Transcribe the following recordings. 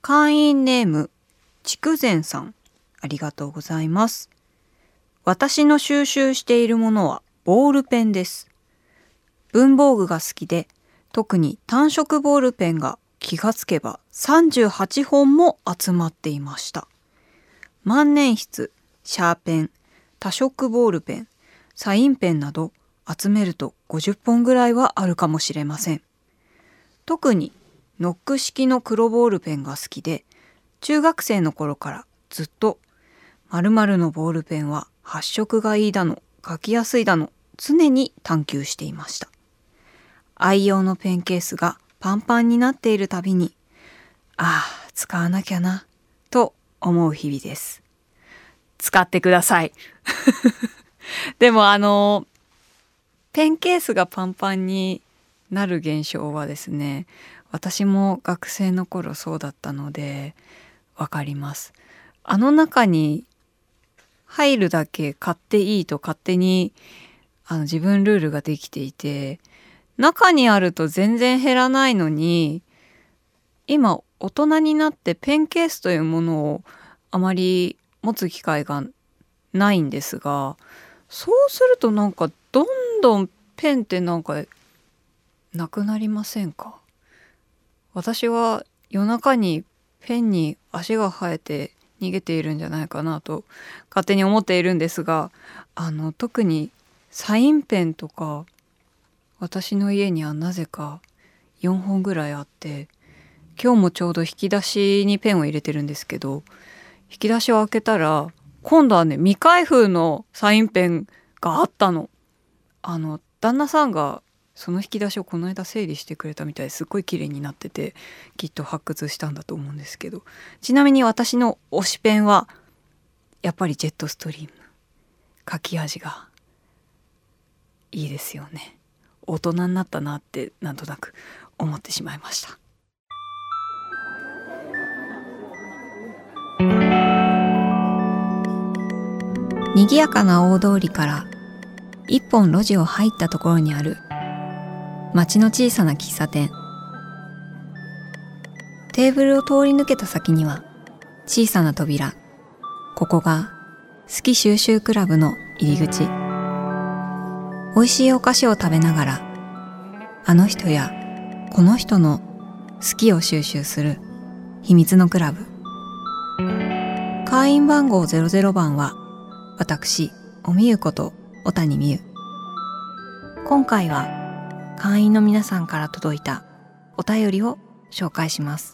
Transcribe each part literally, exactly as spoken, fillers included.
会員ネーム筑前さん、ありがとうございます。私の収集しているものはボールペンです。文房具が好きで、特に単色ボールペンが気がつけばさんじゅうはちほんも集まっていました。万年筆、シャーペン、多色ボールペン、サインペンなど集めるとごじゅっぽんぐらいはあるかもしれません。特にノック式の黒ボールペンが好きで、中学生の頃からずっと〇〇のボールペンは発色がいいだの、書きやすいだの、常に探求していました。愛用のペンケースがパンパンになっているたびに、ああ、使わなきゃな、と思う日々です。使ってください。でもあの、ペンケースがパンパンになる現象はですね、私も学生の頃そうだったので、わかります。あの中に入るだけ買っていいと勝手にあの自分ルールができていて、中にあると全然減らないのに、今大人になってペンケースというものをあまり持つ機会がないんですが、そうするとなんかどんどんペンってなんかなくなりませんか？私は夜中にペンに足が生えて逃げているんじゃないかなと勝手に思っているんですが、あの特にサインペンとか私の家にはなぜかよんほんぐらいあって、今日もちょうど引き出しにペンを入れてるんですけど、引き出しを開けたら今度はね、未開封のサインペンがあったの。あの旦那さんがその引き出しをこの間整理してくれたみたいですっごい綺麗になってて、きっと発掘したんだと思うんですけど、ちなみに私の推しペンはやっぱりジェットストリーム。書き味がいいですよね。大人になったなってなんとなく思ってしまいました。賑やかな大通りから一本路地を入ったところにある町の小さな喫茶店。テーブルを通り抜けた先には小さな扉。ここが好き収集クラブの入り口。美味しいお菓子を食べながら、あの人やこの人の好きを収集する秘密のクラブ。会員番号ゼロゼロばんは私、おみゆこと小谷美優。今回は会員の皆さんから届いたお便りを紹介します。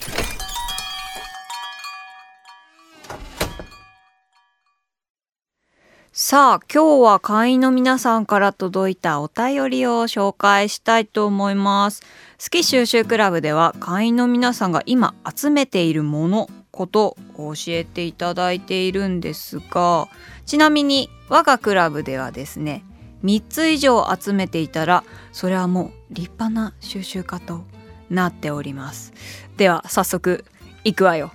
さあ、今日は会員の皆さんから届いたお便りを紹介したいと思います。好き収集クラブでは会員の皆さんが今集めているもの、ことを教えていただいているんですが、ちなみに我がクラブではですね、みっつ以上集めていたらそれはもう立派な収集家となっております。では早速いくわよ。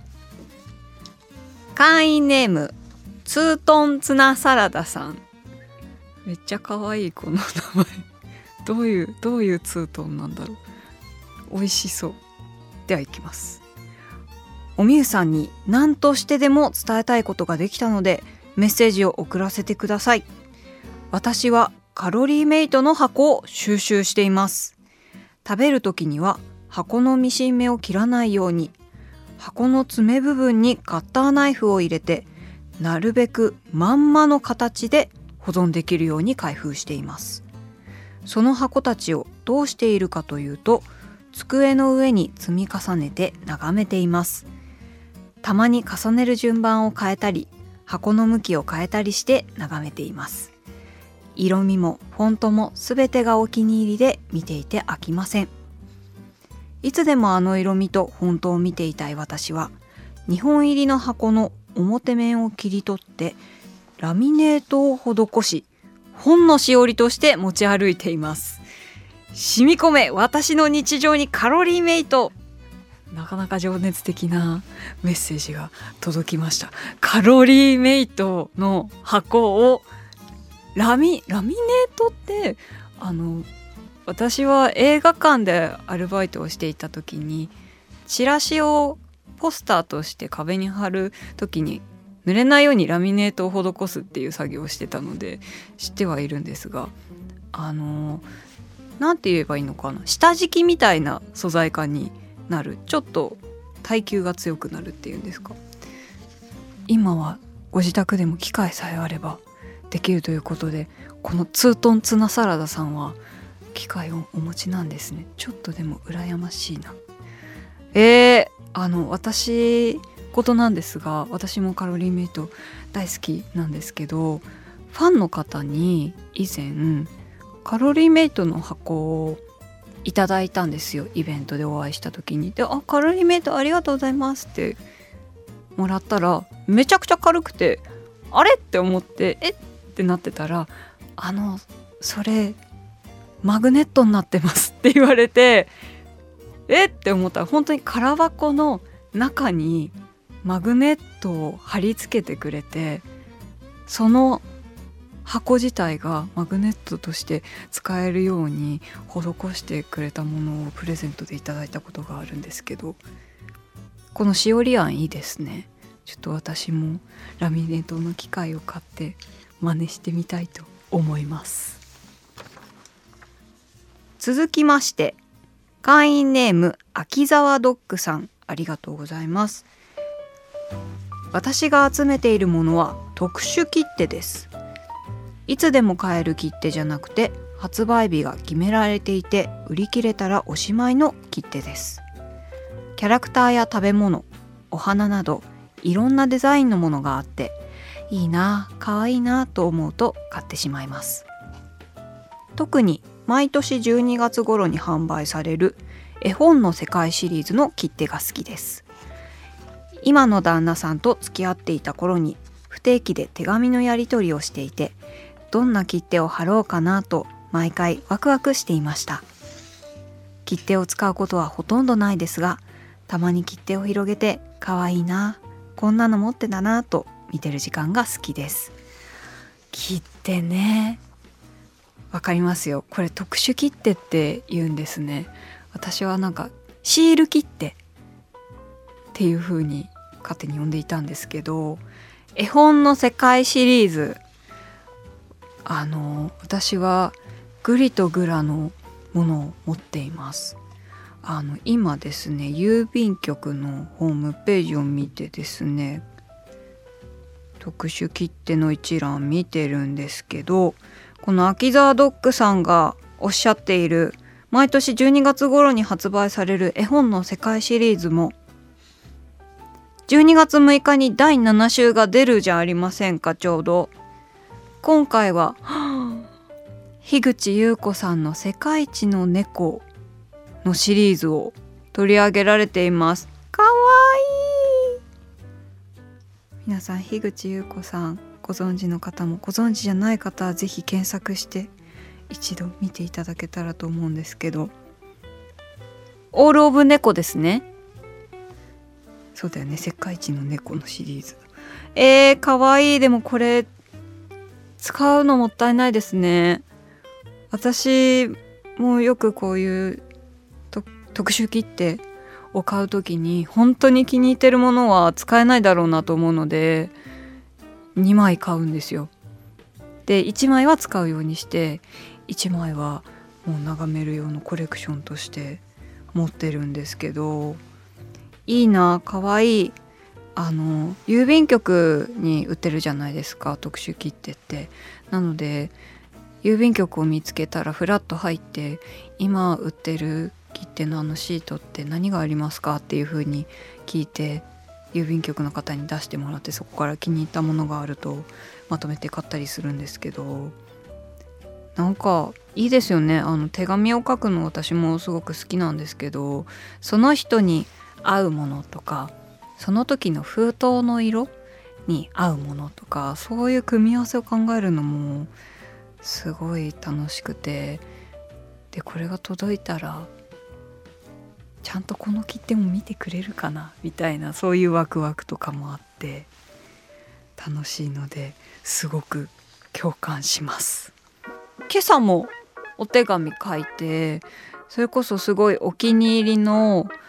会員ネームツートンツナサラダさん。めっちゃ可愛いこの名前。どういうどういうツートンなんだろう。美味しそう。では行きます。おみゆさんに何としてでも伝えたいことができたのでメッセージを送らせてください。私はカロリーメイトの箱を収集しています。食べるときには箱のミシン目を切らないように、箱の爪め部分にカッターナイフを入れて、なるべくまんまの形で保存できるように開封しています。その箱たちをどうしているかというと、机の上に積み重ねて眺めています。たまに重ねる順番を変えたり、箱の向きを変えたりして眺めています。色味もフォントもすべてがお気に入りで見ていて飽きません。いつでもあの色味とフォントを見ていたい私は、にほん入りの箱の表面を切り取ってラミネートを施し、本のしおりとして持ち歩いています。染み込め私の日常にカロリーメイト。なかなか情熱的なメッセージが届きました。カロリーメイトの箱をラミラミネートって、あの私は映画館でアルバイトをしていた時にチラシをポスターとして壁に貼る時に濡れないようにラミネートを施すっていう作業をしてたので知ってはいるんですが、あのなんて言えばいいのかな、下敷きみたいな素材感になる、ちょっと耐久が強くなるっていうんですか。今はご自宅でも機械さえあればできるということで、このツートンツナサラダさんは機械をお持ちなんですね。ちょっとでも羨ましいな。えー、あの私事なんですが、私もカロリーメイト大好きなんですけど、ファンの方に以前カロリーメイトの箱をいただいたんですよ、イベントでお会いした時に。で、あ、カロリーメイトありがとうございますってもらったら、めちゃくちゃ軽くて、あれって思って、えってなってたら、あのそれマグネットになってますって言われて、えって思ったら、本当に空箱の中にマグネットを貼り付けてくれて、その箱自体がマグネットとして使えるように施してくれたものをプレゼントでいただいたことがあるんですけど、このしおり案いいですね。ちょっと私もラミネートの機械を買って真似してみたいと思います。続きまして、会員ネーム秋沢ドッグさん、ありがとうございます。私が集めているものは特殊切手です。いつでも買える切手じゃなくて、発売日が決められていて、売り切れたらおしまいの切手です。キャラクターや食べ物、お花などいろんなデザインのものがあって、いいな、かわいいなと思うと買ってしまいます。特に毎年じゅうにがつ頃に販売される絵本の世界シリーズの切手が好きです。今の旦那さんと付き合っていた頃に不定期で手紙のやり取りをしていて、どんな切手を貼ろうかなと毎回ワクワクしていました。切手を使うことはほとんどないですが、たまに切手を広げて、かわいいな、こんなの持ってたなと見てる時間が好きです。切手ね、わかりますよ。これ特殊切手って言うんですね。私はなんかシール切手っていう風に勝手に呼んでいたんですけど、絵本の世界シリーズ、あの私はグリとグラのものを持っています。あの今ですね、郵便局のホームページを見てですね、特殊切手の一覧見てるんですけど、この秋沢ドッグさんがおっしゃっている毎年じゅうにがつ頃に発売される絵本の世界シリーズもじゅうにがつむいかにだいなな週が出るじゃありませんか。ちょうど今回は樋口優子さんの世界一の猫のシリーズを取り上げられています。かわいい。皆さん、樋口優子さんご存知の方もご存知じゃない方はぜひ検索して一度見ていただけたらと思うんですけど、オールオブ猫ですね。そうだよね、世界一の猫のシリーズ。えー、かわいい。でもこれ使うのもったいないですね。私もよくこういう特殊切手を買うときに、本当に気に入ってるものは使えないだろうなと思うのでにまい買うんですよ。でいちまいは使うようにして、いちまいはもう眺める用のコレクションとして持ってるんですけど、いいな、かわいい。あの郵便局に売ってるじゃないですか、特殊切手って。なので郵便局を見つけたらフラッと入って、今売ってる切手のあのシートって何がありますかっていう風に聞いて、郵便局の方に出してもらって、そこから気に入ったものがあるとまとめて買ったりするんですけど、なんかいいですよね。あの手紙を書くの私もすごく好きなんですけど、その人に合うものとか、その時の封筒の色に合うものとか、そういう組み合わせを考えるのもすごい楽しくて、でこれが届いたらちゃんとこの切手も見てくれるかなみたいな、そういうワクワクとかもあって楽しいので、すごく共感します。今朝もお手紙書いて、それこそすごいお気に入りの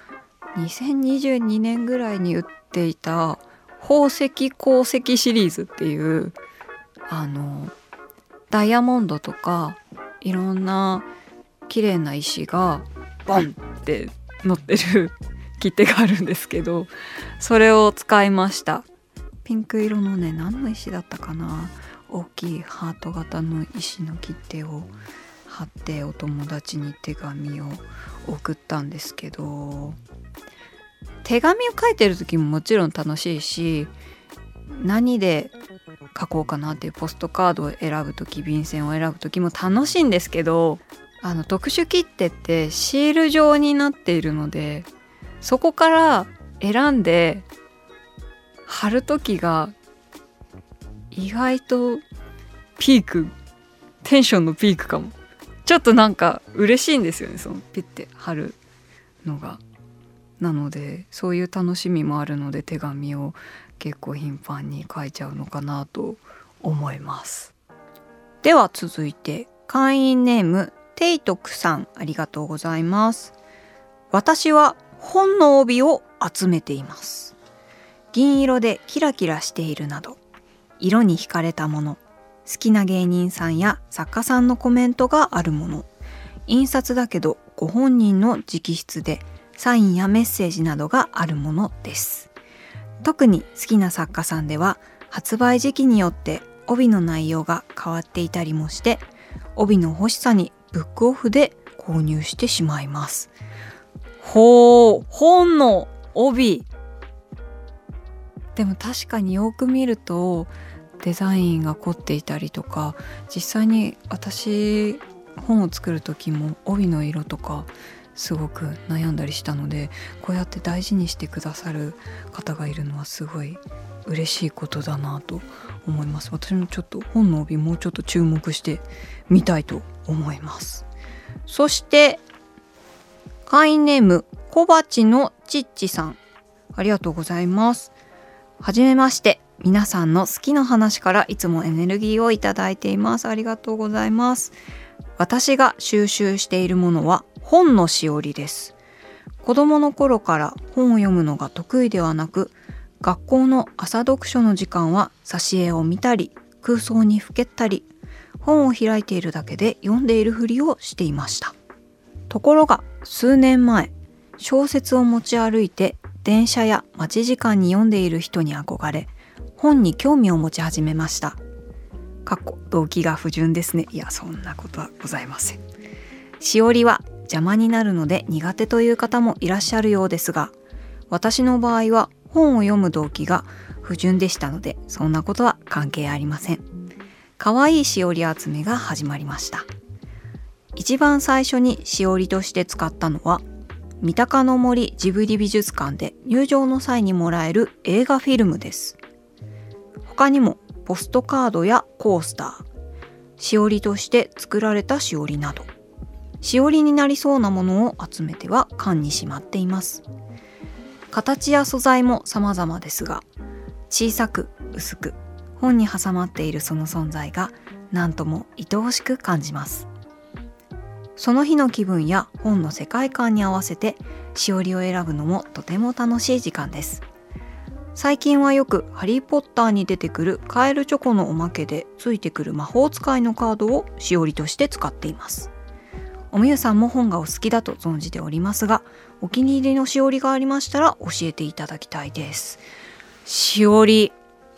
にせんにじゅうにねんぐらいに売っていた宝石鉱石シリーズっていうあのダイヤモンドとかいろんな綺麗な石がボンって乗ってる切手があるんですけど、それを使いました。ピンク色のね、何の石だったかな、大きいハート型の石の切手を貼ってお友達に手紙を送ったんですけど、手紙を書いてる時ももちろん楽しいし、何で書こうかなっていうポストカードを選ぶ時、便箋を選ぶ時も楽しいんですけど、あの特殊切手ってシール状になっているので、そこから選んで貼る時が意外とピーク、テンションのピークかも。ちょっとなんか嬉しいんですよね、そのピッて貼るのが。なのでそういう楽しみもあるので、手紙を結構頻繁に書いちゃうのかなと思います。では続いて会員ネームテイトクさん、ありがとうございます。私は本の帯を集めています。銀色でキラキラしているなど、色に惹かれたもの、好きな芸人さんや作家さんのコメントがあるもの、印刷だけどご本人の直筆でサインやメッセージなどがあるものです。特に好きな作家さんでは発売時期によって帯の内容が変わっていたりもして、帯の欲しさにブックオフで購入してしまいます。ほう、本の帯。でも確かによく見るとデザインが凝っていたりとか、実際に私本を作る時も帯の色とかすごく悩んだりしたので、こうやって大事にしてくださる方がいるのはすごい嬉しいことだなと思います。私もちょっと本の帯もうちょっと注目してみたいと思います。そして会員ネーム小鉢のちっちさん、ありがとうございます。はじめまして。皆さんの好きな話からいつもエネルギーをいただいています。ありがとうございます。私が収集しているものは本のしおりです。子供の頃から本を読むのが得意ではなく、学校の朝読書の時間は挿絵を見たり、空想にふけったり、本を開いているだけで読んでいるふりをしていました。ところが数年前、小説を持ち歩いて電車や待ち時間に読んでいる人に憧れ、本に興味を持ち始めました。かっこ動機が不純ですね。いや、そんなことはございません。しおりは邪魔になるので苦手という方もいらっしゃるようですが、私の場合は本を読む動機が不純でしたので、そんなことは関係ありません。かわいいしおり集めが始まりました。一番最初にしおりとして使ったのは、三鷹の森ジブリ美術館で入場の際にもらえる映画フィルムです。他にもポストカードやコースター、しおりとして作られたしおりなど、しおりになりそうなものを集めては缶にしまっています。形や素材も様々ですが、小さく薄く本に挟まっているその存在が何とも愛おしく感じます。その日の気分や本の世界観に合わせてしおりを選ぶのもとても楽しい時間です。最近はよくハリーポッターに出てくるカエルチョコのおまけでついてくる魔法使いのカードをしおりとして使っています。おみゆさんも本がお好きだと存じておりますが、お気に入りのしおりがありましたら教えていただきたいです。しおり、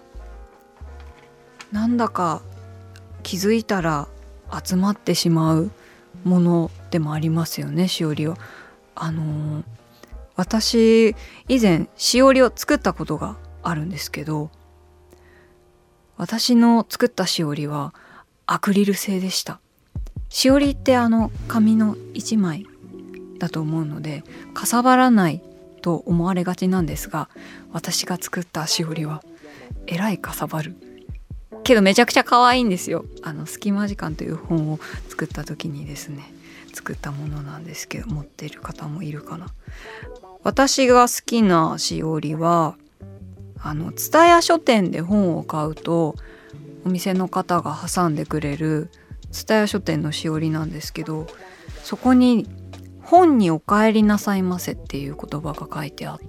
なんだか気づいたら集まってしまうものでもありますよね、しおりを。あのー、私以前しおりを作ったことがあるんですけど、私の作ったしおりはアクリル製でした。しおりってあの紙の一枚だと思うのでかさばらないと思われがちなんですが、私が作ったしおりはえらいかさばるけどめちゃくちゃ可愛いんですよ。あの隙間時間という本を作った時にですね、作ったものなんですけど、持っている方もいるかな。私が好きなしおりは、あの蔦屋書店で本を買うとお店の方が挟んでくれる蔦屋書店のしおりなんですけど、そこに本にお帰りなさいませっていう言葉が書いてあって、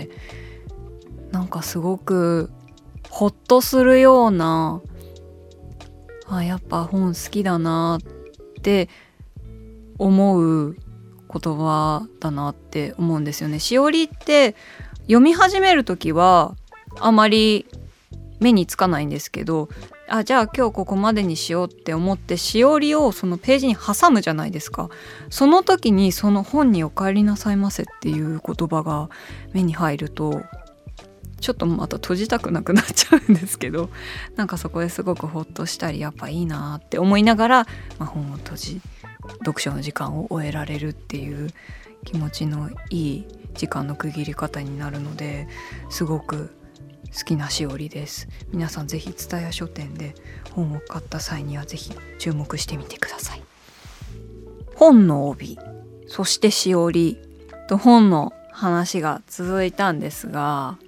なんかすごくほっとするような、あ、やっぱ本好きだなって思う言葉だなって思うんですよね。しおりって読み始めるときはあまり目につかないんですけど、あ、じゃあ今日ここまでにしようって思ってしおりをそのページに挟むじゃないですか。その時にその本にお帰りなさいませっていう言葉が目に入ると、ちょっとまた閉じたくなくなっちゃうんですけど、なんかそこですごくほっとしたり、やっぱいいなって思いながら、まあ、本を閉じ読書の時間を終えられるっていう気持ちのいい時間の区切り方になるので、すごく好きなしおりです。皆さんぜひ蔦屋書店で本を買った際にはぜひ注目してみてください。本の帯、そしてしおりと本の話が続いたんですが、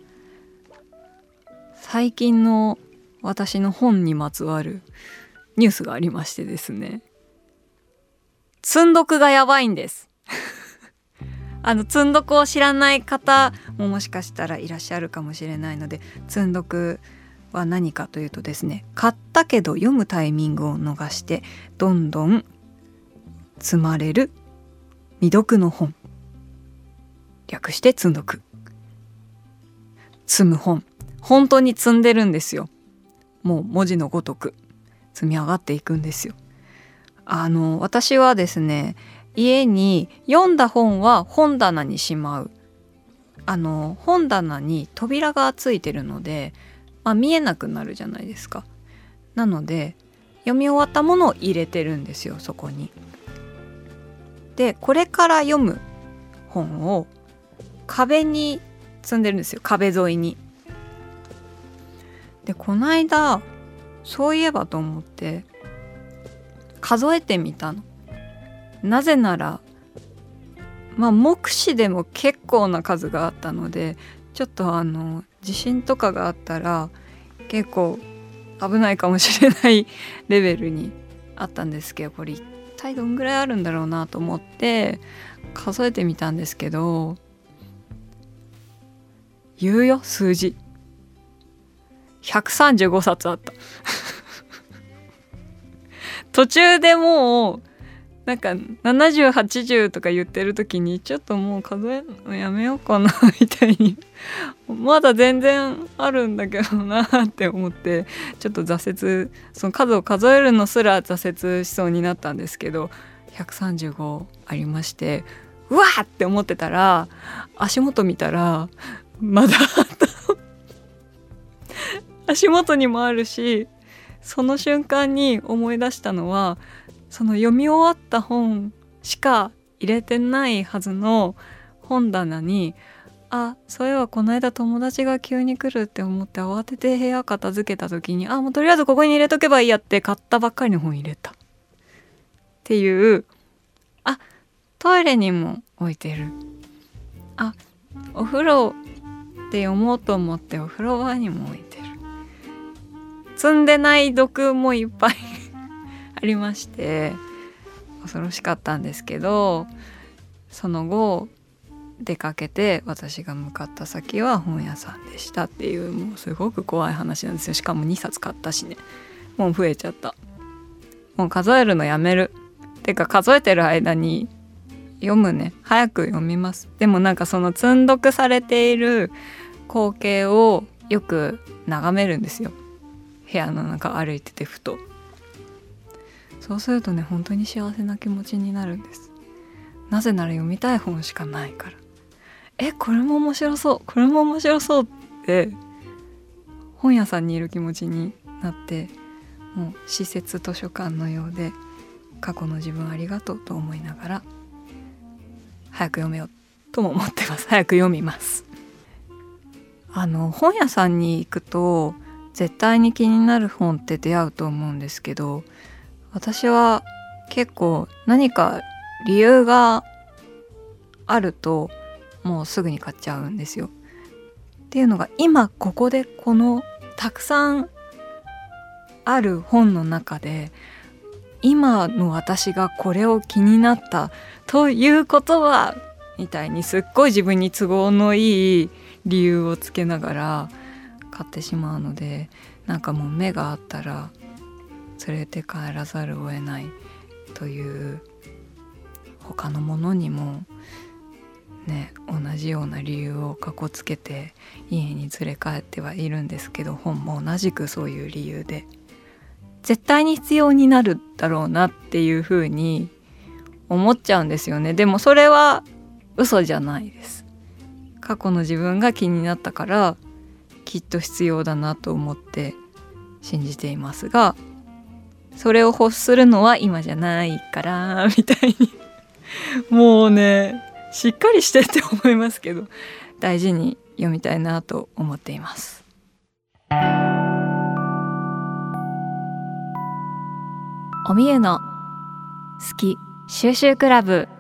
最近の私の本にまつわるニュースがありましてですね、積読がやばいんですあの積読を知らない方ももしかしたらいらっしゃるかもしれないので、積読は何かというとですね、買ったけど読むタイミングを逃してどんどん積まれる未読の本、略して積読。積む本、本当に積んでるんですよ。もう文字のごとく積み上がっていくんですよ。あの私はですね、家に読んだ本は本棚にしまう。あの本棚に扉がついてるので、まあ、見えなくなるじゃないですか。なので読み終わったものを入れてるんですよ、そこに。でこれから読む本を壁に積んでるんですよ、壁沿いに。でこの間そういえばと思って数えてみたの。なぜならまあ目視でも結構な数があったので、ちょっとあの地震とかがあったら結構危ないかもしれないレベルにあったんですけど、これ一体どんぐらいあるんだろうなと思って数えてみたんですけど、言うよ、数字ひゃくさんじゅうごさつあった途中でもうなんかななじゅうはちじゅうとか言ってる時にちょっともう数えるのやめようかなみたいにまだ全然あるんだけどなって思って、ちょっと挫折、その数を数えるのすら挫折しそうになったんですけど、ひゃくさんじゅうごありまして、うわーって思ってたら足元見たらまだあった足元にもあるし、その瞬間に思い出したのは、その読み終わった本しか入れてないはずの本棚に、あ、そういえばこの間友達が急に来るって思って慌てて部屋片付けた時に、あ、もうとりあえずここに入れとけばいいやって買ったばっかりの本入れたっていう、あ、トイレにも置いてる、あ、お風呂で読もうと思ってお風呂場にも置いてる、積んでない読もいっぱいありまして、恐ろしかったんですけど、その後出かけて私が向かった先は本屋さんでしたっていう、もうすごく怖い話なんですよ。しかもにさつ買ったしね、もう増えちゃった。もう数えるのやめる。てか数えてる間に読むね、早く読みます。でもなんかその積読されている光景をよく眺めるんですよ、部屋の中歩いててふと。そうするとね、本当に幸せな気持ちになるんです。なぜなら読みたい本しかないから。え、これも面白そう、これも面白そうって本屋さんにいる気持ちになって、もう施設図書館のようで、過去の自分ありがとうと思いながら早く読めようとも思ってます。早く読みます。あの本屋さんに行くと絶対に気になる本って出会うと思うんですけど、私は結構何か理由があるともうすぐに買っちゃうんですよ。っていうのが、今ここでこのたくさんある本の中で今の私がこれを気になったということはみたいにすっごい自分に都合のいい理由をつけながら買ってしまうので、なんかもう目があったら連れて帰らざるを得ないという、他のものにもね同じような理由をかこつけて家に連れ帰ってはいるんですけど、本も同じくそういう理由で絶対に必要になるだろうなっていうふうに思っちゃうんですよね。でもそれは嘘じゃないです。過去の自分が気になったからきっと必要だなと思って信じていますが、それを欲するのは今じゃないからみたいにもうねしっかりしてって思いますけど、大事に読みたいなと思っています。おみゆの好き収集クラブ。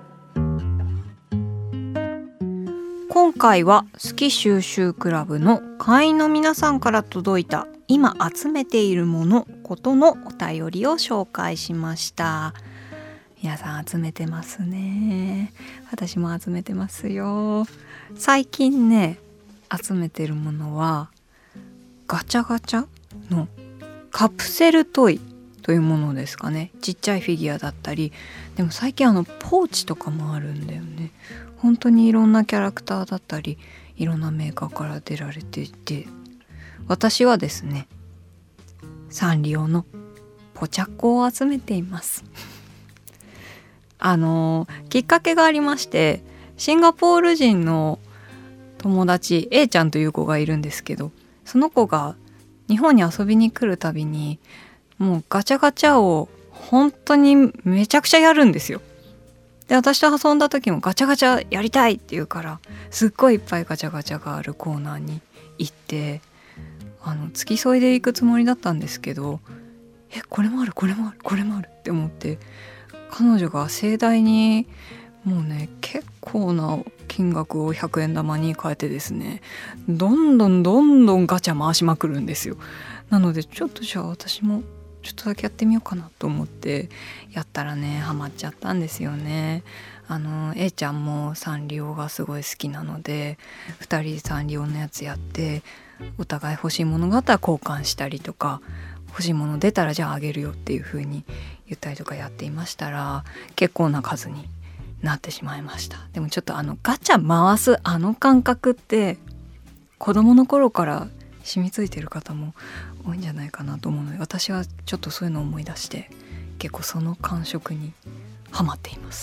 今回は好き収集クラブの会員の皆さんから届いた今集めているものことのお便りを紹介しました。皆さん集めてますね。私も集めてますよ。最近ね集めてるものはガチャガチャのカプセルトイというものですかね。ちっちゃいフィギュアだったり、でも最近あのポーチとかもあるんだよね。本当にいろんなキャラクターだったりいろんなメーカーから出られていて、私はですねサンリオのポチャッコを集めていますあのきっかけがありまして、シンガポール人の友達 A ちゃんという子がいるんですけど、その子が日本に遊びに来るたびにもうガチャガチャを本当にめちゃくちゃやるんですよ。で私と遊んだ時もガチャガチャやりたいって言うから、すっごいいっぱいガチャガチャがあるコーナーに行って、あの付き添いで行くつもりだったんですけど、えこれもあるこれもあるこれもあるって思って、彼女が盛大にもうね結構な金額をひゃくえん玉に変えてですね、どんどんどんどんガチャ回しまくるんですよ。なのでちょっとじゃあ私もちょっとだけやってみようかなと思ってやったらねハマっちゃったんですよね。あの A ちゃんもサンリオがすごい好きなので、ふたりでサンリオのやつやって、お互い欲しいものがあったら交換したりとか、欲しいもの出たらじゃああげるよっていう風に言ったりとかやっていましたら、結構な数になってしまいました。でもちょっとあのガチャ回すあの感覚って子供の頃から染みついてる方も多いんじゃないかなと思うので、私はちょっとそういうのを思い出して結構その感触にハマっています。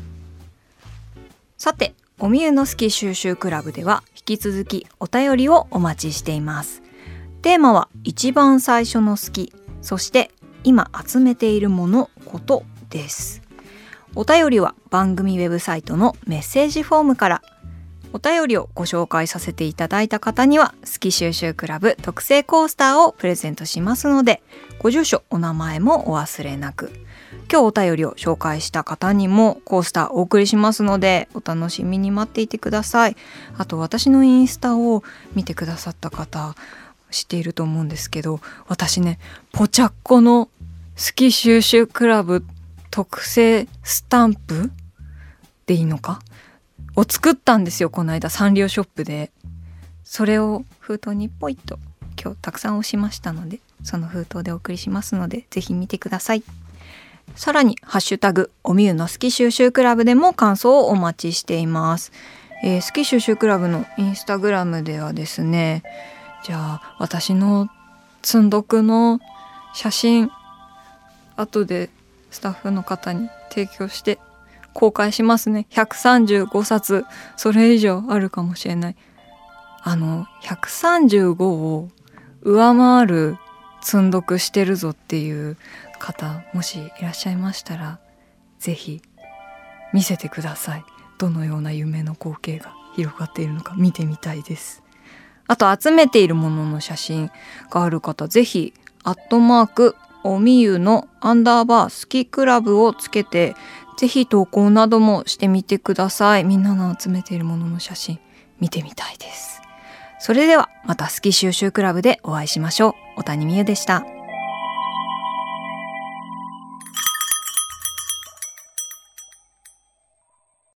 さて、おみゆの好き収集クラブでは引き続きお便りをお待ちしています。テーマは一番最初の好き、そして今集めているものことです。お便りは番組ウェブサイトのメッセージフォームから。お便りをご紹介させていただいた方には好き収集クラブ特製コースターをプレゼントしますので、ご住所お名前もお忘れなく。今日お便りを紹介した方にもコースターお送りしますので、お楽しみに待っていてください。あと私のインスタを見てくださった方知っていると思うんですけど、私ねポチャッコの好き収集クラブ特製スタンプでいいのかを作ったんですよ、この間サンリオショップで。それを封筒にポイッと今日たくさん押しましたので、その封筒でお送りしますのでぜひ見てください。さらにハッシュタグおみゆの好き収集クラブでも感想をお待ちしています。えー、好き収集クラブのインスタグラムではですね、じゃあ私の積んどくの写真後でスタッフの方に提供して公開しますね。ひゃくさんじゅうごさつ、それ以上あるかもしれない。あのひゃくさんじゅうごを上回る積んどくしてるぞっていう方もしいらっしゃいましたら、ぜひ見せてください。どのような夢の光景が広がっているのか見てみたいです。あと集めているものの写真がある方、ぜひアットマークおみゆのアンダーバー好きクラブをつけてぜひ投稿などもしてみてください。みんなの集めているものの写真見てみたいです。それではまた好き収集クラブでお会いしましょう。小谷美優でした。